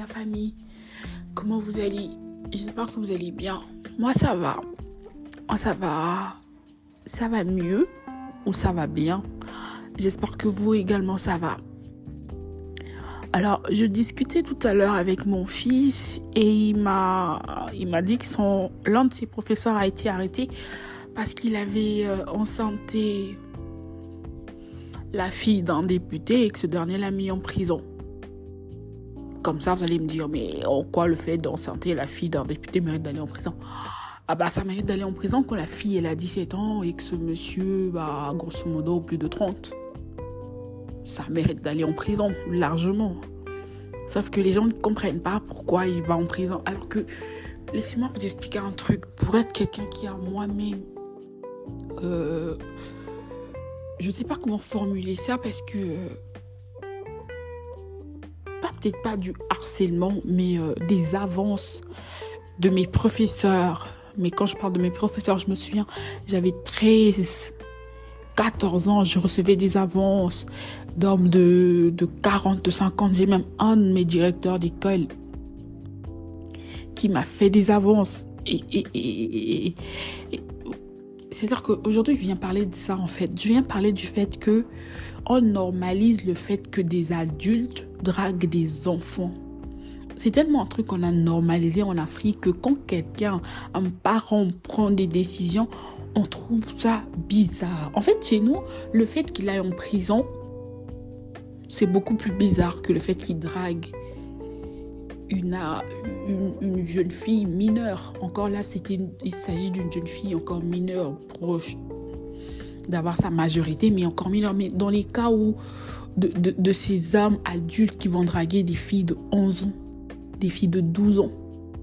la famille? Comment vous allez? J'espère que vous allez bien. Moi, ça va. Moi, ça va. Ça va mieux ou ça va bien. J'espère que vous également, ça va. Alors, je discutais tout à l'heure avec mon fils et il m'a dit que l'un de ses professeurs a été arrêté parce qu'il avait enceinté la fille d'un député et que ce dernier l'a mis en prison. Comme ça, vous allez me dire, mais en quoi le fait d'enceinter la fille d'un député mérite d'aller en prison? Ah bah, ça mérite d'aller en prison quand la fille, elle a 17 ans et que ce monsieur, grosso modo, plus de 30. Ça mérite d'aller en prison, largement. Sauf que les gens ne comprennent pas pourquoi il va en prison. Alors que, laissez-moi vous expliquer un truc. Pour être quelqu'un qui a moi-même... je ne sais pas comment formuler ça parce que... peut-être pas du harcèlement, mais des avances de mes professeurs. Mais quand je parle de mes professeurs, je me souviens, j'avais 13, 14 ans, je recevais des avances d'hommes de 40, de 50. J'ai même un de mes directeurs d'école qui m'a fait des avances. Et c'est-à-dire qu'aujourd'hui, je viens parler de ça, en fait. Je viens parler du fait que on normalise le fait que des adultes draguent des enfants. C'est tellement un truc qu'on a normalisé en Afrique que quand un parent prend des décisions, on trouve ça bizarre. En fait, chez nous, le fait qu'il aille en prison, c'est beaucoup plus bizarre que le fait qu'il drague une jeune fille mineure. Encore là, il s'agit d'une jeune fille encore mineure, proche d'avoir sa majorité, mais encore mineure. Mais dans les cas où de ces hommes adultes qui vont draguer des filles de 11 ans, des filles de 12 ans,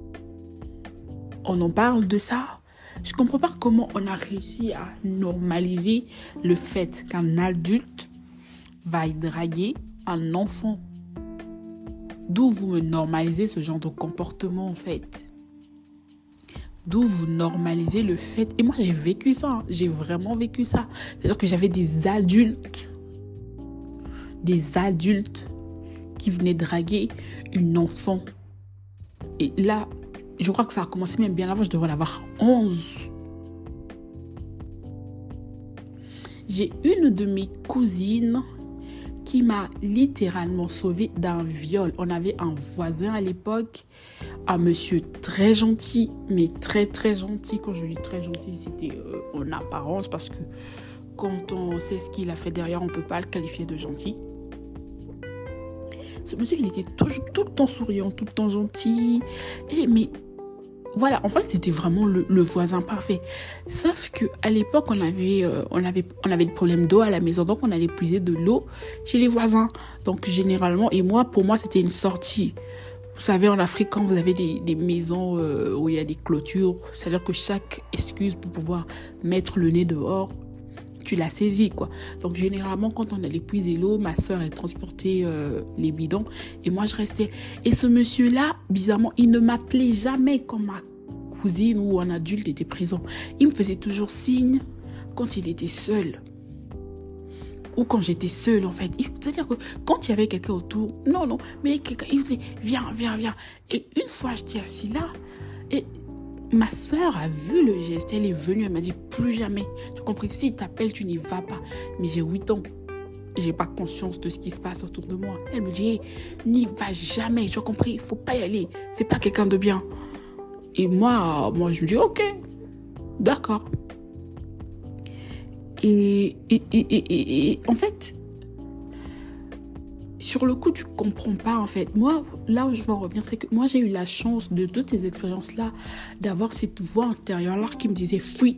on en parle de ça. Je comprends pas comment on a réussi à normaliser le fait qu'un adulte va draguer un enfant. D'où vous me normalisez ce genre de comportement, en fait. D'où vous normalisez le fait... Et moi, j'ai vécu ça. Hein. J'ai vraiment vécu ça. C'est-à-dire que j'avais des adultes qui venaient draguer une enfant. Et là, je crois que ça a commencé même bien avant. Je devrais en avoir 11. J'ai une de mes cousines qui m'a littéralement sauvée d'un viol. On avait un voisin à l'époque, un monsieur très gentil, mais très très gentil. Quand je dis très gentil, c'était en apparence, parce que quand on sait ce qu'il a fait derrière, on ne peut pas le qualifier de gentil. Ce monsieur, il était tout le temps souriant, tout le temps gentil. Mais voilà, en fait, c'était vraiment le voisin parfait. Sauf qu'à l'époque, on avait le problème d'eau à la maison. Donc, on allait puiser de l'eau chez les voisins. Donc, généralement, pour moi, c'était une sortie. Vous savez, en Afrique, quand vous avez des maisons où il y a des clôtures, c'est-à-dire que chaque excuse pour pouvoir mettre le nez dehors, tu l'as saisi, quoi. Donc, généralement, quand on allait puiser l'eau, ma sœur, elle transportait les bidons et moi, je restais. Et ce monsieur-là, bizarrement, il ne m'appelait jamais quand ma cousine ou un adulte était présent. Il me faisait toujours signe quand il était seul. Ou quand j'étais seule, en fait. C'est-à-dire que quand il y avait quelqu'un autour, non, mais quelqu'un, il faisait, viens. Et une fois, j'étais assis là, et ma sœur a vu le geste, elle est venue, elle m'a dit, plus jamais. Tu comprends, s'il t'appelle, tu n'y vas pas. Mais j'ai 8 ans. J'ai pas conscience de ce qui se passe autour de moi. Elle me dit, hey, n'y va jamais. J'ai compris, il faut pas y aller. C'est pas quelqu'un de bien. Et moi, je me dis, ok, d'accord. Et en fait, sur le coup, tu comprends pas, en fait. Moi, là où je veux en revenir, c'est que moi, j'ai eu la chance de toutes ces expériences-là, d'avoir cette voix intérieure-là qui me disait, fuis.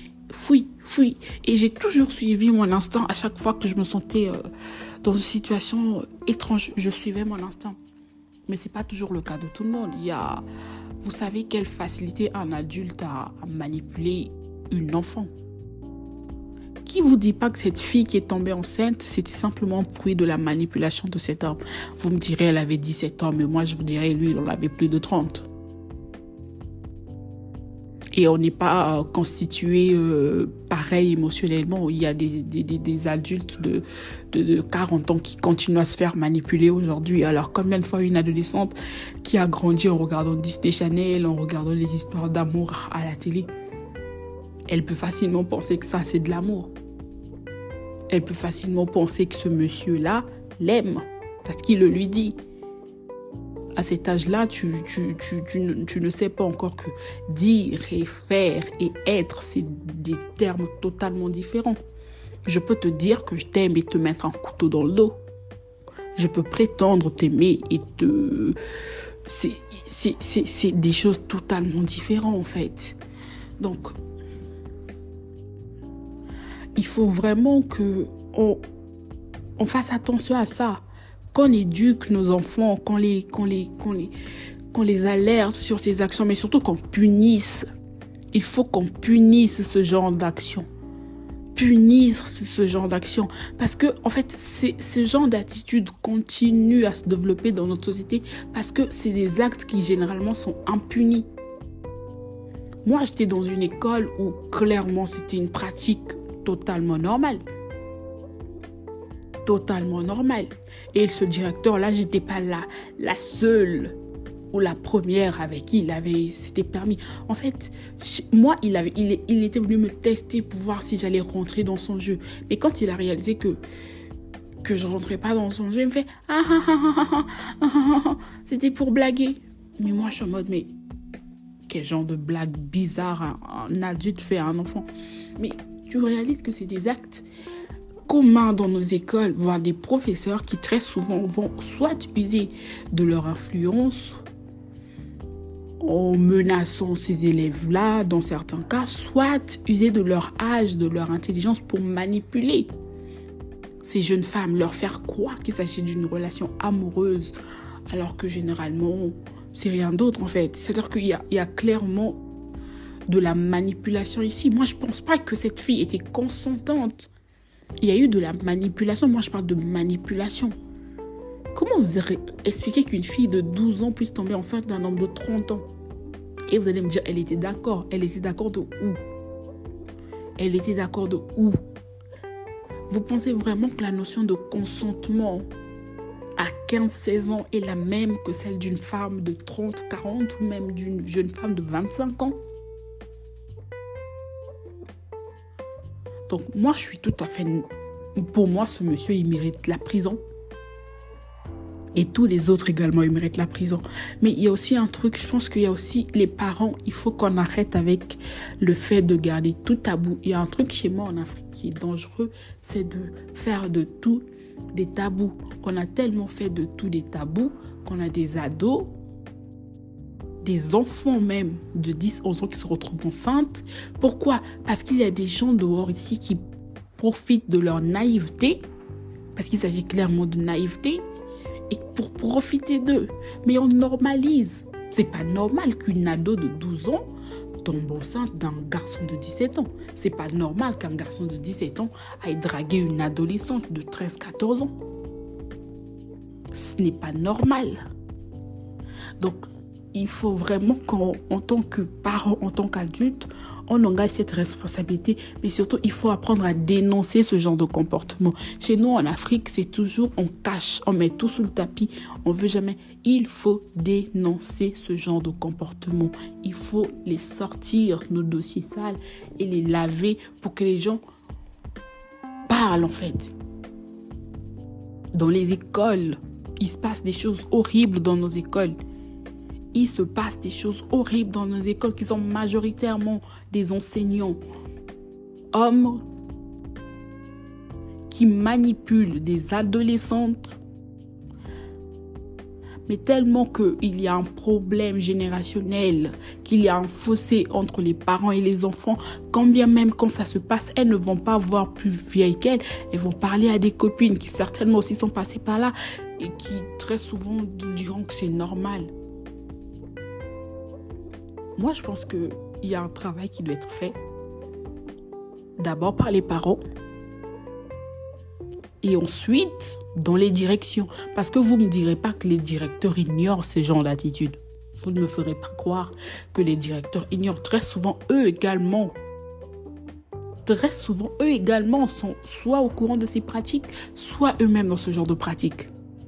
Et j'ai toujours suivi mon instinct à chaque fois que je me sentais dans une situation étrange. Je suivais mon instinct. Mais c'est pas toujours le cas de tout le monde. Vous savez quelle facilité un adulte a à manipuler une enfant. Qui vous dit pas que cette fille qui est tombée enceinte, c'était simplement un fruit de la manipulation de cet homme? Vous me direz, elle avait 17 ans, mais moi, je vous dirais, lui, il en avait plus de 30. Et on n'est pas constitué pareil émotionnellement. Il y a des adultes de 40 ans qui continuent à se faire manipuler aujourd'hui. Alors, combien de fois une adolescente qui a grandi en regardant Disney Channel, en regardant les histoires d'amour à la télé, elle peut facilement penser que ça, c'est de l'amour. Elle peut facilement penser que ce monsieur-là l'aime parce qu'il le lui dit. À cet âge-là, tu ne sais pas encore que dire et faire et être, c'est des termes totalement différents. Je peux te dire que je t'aime et te mettre un couteau dans le dos. Je peux prétendre t'aimer et te... C'est des choses totalement différentes, en fait. Donc, il faut vraiment qu'on fasse attention à ça. Qu'on éduque nos enfants, qu'on les alerte sur ces actions, mais surtout qu'on punisse. Il faut qu'on punisse ce genre d'action. Punir ce genre d'action. Parce que, en fait, ce genre d'attitude continue à se développer dans notre société parce que c'est des actes qui, généralement, sont impunis. Moi, j'étais dans une école où, clairement, c'était une pratique totalement normale. Totalement normal. Et ce directeur-là, j'étais pas la seule ou la première avec qui c'était permis. En fait, moi, il était venu me tester pour voir si j'allais rentrer dans son jeu. Mais quand il a réalisé que je rentrais pas dans son jeu, il me fait c'était pour blaguer. Mais moi, je suis en mode, mais quel genre de blague bizarre un adulte fait à un enfant. Mais tu réalises que c'est des actes communs dans nos écoles, voire des professeurs qui très souvent vont soit user de leur influence en menaçant ces élèves-là dans certains cas, soit user de leur âge, de leur intelligence pour manipuler ces jeunes femmes, leur faire croire qu'il s'agit d'une relation amoureuse alors que généralement c'est rien d'autre en fait. C'est-à-dire qu'il y a clairement de la manipulation ici. Moi je pense pas que cette fille était consentante. Il y a eu de la manipulation. Moi, je parle de manipulation. Comment vous expliquez qu'une fille de 12 ans puisse tomber enceinte d'un homme de 30 ans? Et vous allez me dire, elle était d'accord. Elle était d'accord de où? Elle était d'accord de où? Vous pensez vraiment que la notion de consentement à 15-16 ans est la même que celle d'une femme de 30, 40 ou même d'une jeune femme de 25 ans? Donc, moi, je suis tout à fait... Pour moi, ce monsieur, il mérite la prison. Et tous les autres également, ils méritent la prison. Mais il y a aussi un truc, je pense qu'il y a aussi les parents. Il faut qu'on arrête avec le fait de garder tout tabou. Il y a un truc chez moi en Afrique qui est dangereux, c'est de faire de tout des tabous. On a tellement fait de tout des tabous qu'on a des ados, des enfants même de 10-11 ans qui se retrouvent enceintes. Pourquoi? Parce qu'il y a des gens dehors ici qui profitent de leur naïveté, parce qu'il s'agit clairement de naïveté, et pour profiter d'eux. Mais on normalise. C'est pas normal qu'une ado de 12 ans tombe enceinte d'un garçon de 17 ans. C'est pas normal qu'un garçon de 17 ans aille draguer une adolescente de 13-14 ans. Ce n'est pas normal. Donc, il faut vraiment qu'en tant que parent, en tant qu'adulte, on engage cette responsabilité. Mais surtout, il faut apprendre à dénoncer ce genre de comportement. Chez nous, en Afrique, c'est toujours on cache, on met tout sous le tapis. On veut jamais. Il faut dénoncer ce genre de comportement. Il faut les sortir, nos dossiers sales, et les laver pour que les gens parlent, en fait. Dans les écoles, il se passe des choses horribles dans nos écoles. Il se passe des choses horribles dans nos écoles qui sont majoritairement des enseignants hommes qui manipulent des adolescentes. Mais tellement qu'il y a un problème générationnel, qu'il y a un fossé entre les parents et les enfants, quand bien même quand ça se passe, elles ne vont pas voir plus vieilles qu'elles, elles vont parler à des copines qui certainement aussi sont passées par là et qui très souvent diront que c'est normal. Moi, je pense qu'il y a un travail qui doit être fait. D'abord par les parents. Et ensuite, dans les directions. Parce que vous ne me direz pas que les directeurs ignorent ces genres d'attitudes. Vous ne me ferez pas croire que les directeurs ignorent très souvent eux également. Très souvent, eux également sont soit au courant de ces pratiques, soit eux-mêmes dans ce genre de pratiques.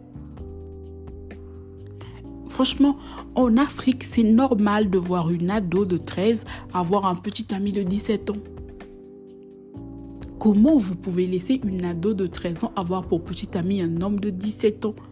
Franchement, en Afrique, c'est normal de voir une ado de 13 avoir un petit ami de 17 ans. Comment vous pouvez laisser une ado de 13 ans avoir pour petit ami un homme de 17 ans?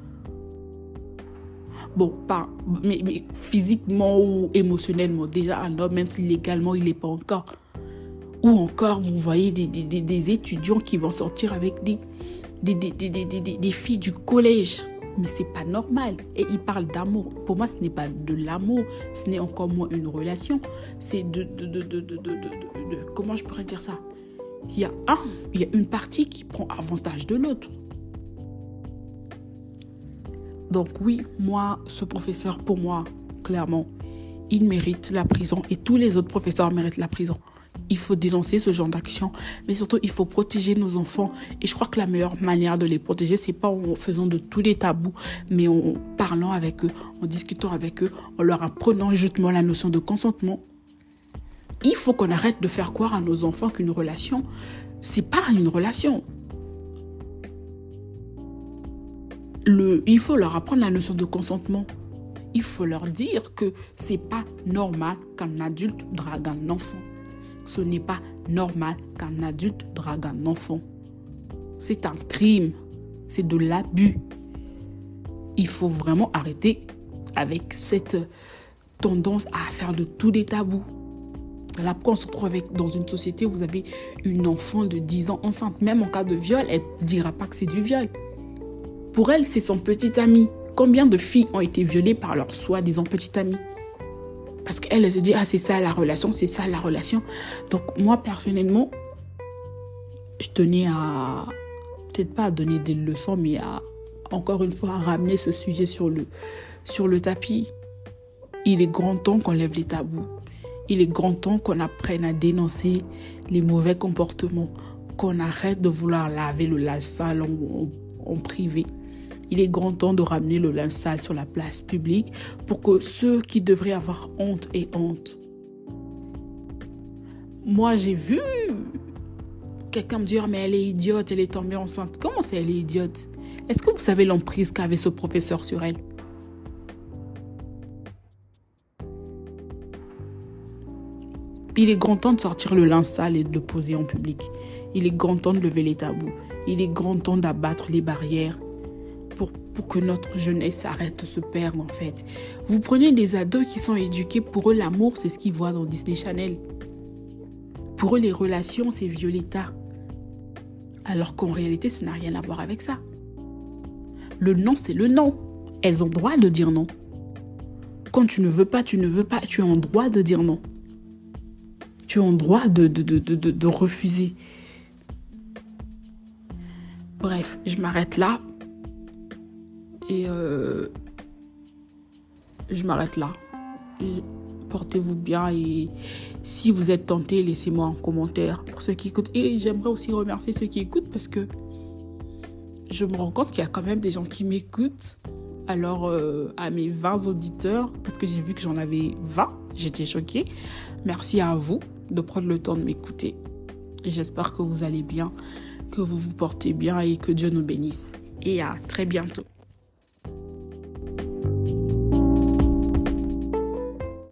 Bon, mais physiquement ou émotionnellement, déjà un homme, même si légalement il n'est pas encore. Ou encore, vous voyez des étudiants qui vont sortir avec des filles du collège. Mais c'est pas normal. Et ils parlent d'amour. Pour moi, ce n'est pas de l'amour. Ce n'est encore moins une relation. C'est comment je pourrais dire ça? Il y a une partie qui prend avantage de l'autre. Donc oui, moi, ce professeur, pour moi, clairement, il mérite la prison. Et tous les autres professeurs méritent la prison. Il faut dénoncer ce genre d'action, mais surtout, il faut protéger nos enfants. Et je crois que la meilleure manière de les protéger, c'est pas en faisant de tous les tabous, mais en parlant avec eux, en discutant avec eux, en leur apprenant justement la notion de consentement. Il faut qu'on arrête de faire croire à nos enfants qu'une relation, c'est pas une relation. Il faut leur apprendre la notion de consentement. Il faut leur dire que c'est pas normal qu'un adulte drague un enfant. Ce n'est pas normal qu'un adulte drague un enfant. C'est un crime. C'est de l'abus. Il faut vraiment arrêter avec cette tendance à faire de tout des tabous. Là, quand on se retrouve dans une société où vous avez une enfant de 10 ans enceinte, même en cas de viol, elle ne dira pas que c'est du viol. Pour elle, c'est son petit ami. Combien de filles ont été violées par leur soi-disant petit ami? Parce qu'elle se dit, c'est ça la relation, c'est ça la relation. Donc, moi, personnellement, je tenais à, peut-être pas à donner des leçons, mais à, encore une fois, à ramener ce sujet sur le tapis. Il est grand temps qu'on lève les tabous. Il est grand temps qu'on apprenne à dénoncer les mauvais comportements, qu'on arrête de vouloir laver le linge sale en privé. Il est grand temps de ramener le linge sale sur la place publique pour que ceux qui devraient avoir honte aient honte. Moi, j'ai vu quelqu'un me dire, mais elle est idiote, elle est tombée enceinte. Comment c'est, elle est idiote? Est-ce que vous savez l'emprise qu'avait ce professeur sur elle? Il est grand temps de sortir le linge sale et de le poser en public. Il est grand temps de lever les tabous. Il est grand temps d'abattre les barrières pour que notre jeunesse arrête de se perdre, en fait. Vous prenez des ados qui sont éduqués, pour eux, l'amour, c'est ce qu'ils voient dans Disney Channel. Pour eux, les relations, c'est Violetta. Alors qu'en réalité, ça n'a rien à voir avec ça. Le non, c'est le non. Elles ont le droit de dire non. Quand tu ne veux pas, tu ne veux pas. Tu as le droit de dire non. Tu as le droit de refuser. Bref, je m'arrête là. Et je m'arrête là. Portez-vous bien et si vous êtes tentés, laissez-moi un commentaire pour ceux qui écoutent. Et j'aimerais aussi remercier ceux qui écoutent parce que je me rends compte qu'il y a quand même des gens qui m'écoutent. Alors, à mes 20 auditeurs, parce que j'ai vu que j'en avais 20, j'étais choquée. Merci à vous de prendre le temps de m'écouter. Et j'espère que vous allez bien, que vous vous portez bien et que Dieu nous bénisse. Et à très bientôt.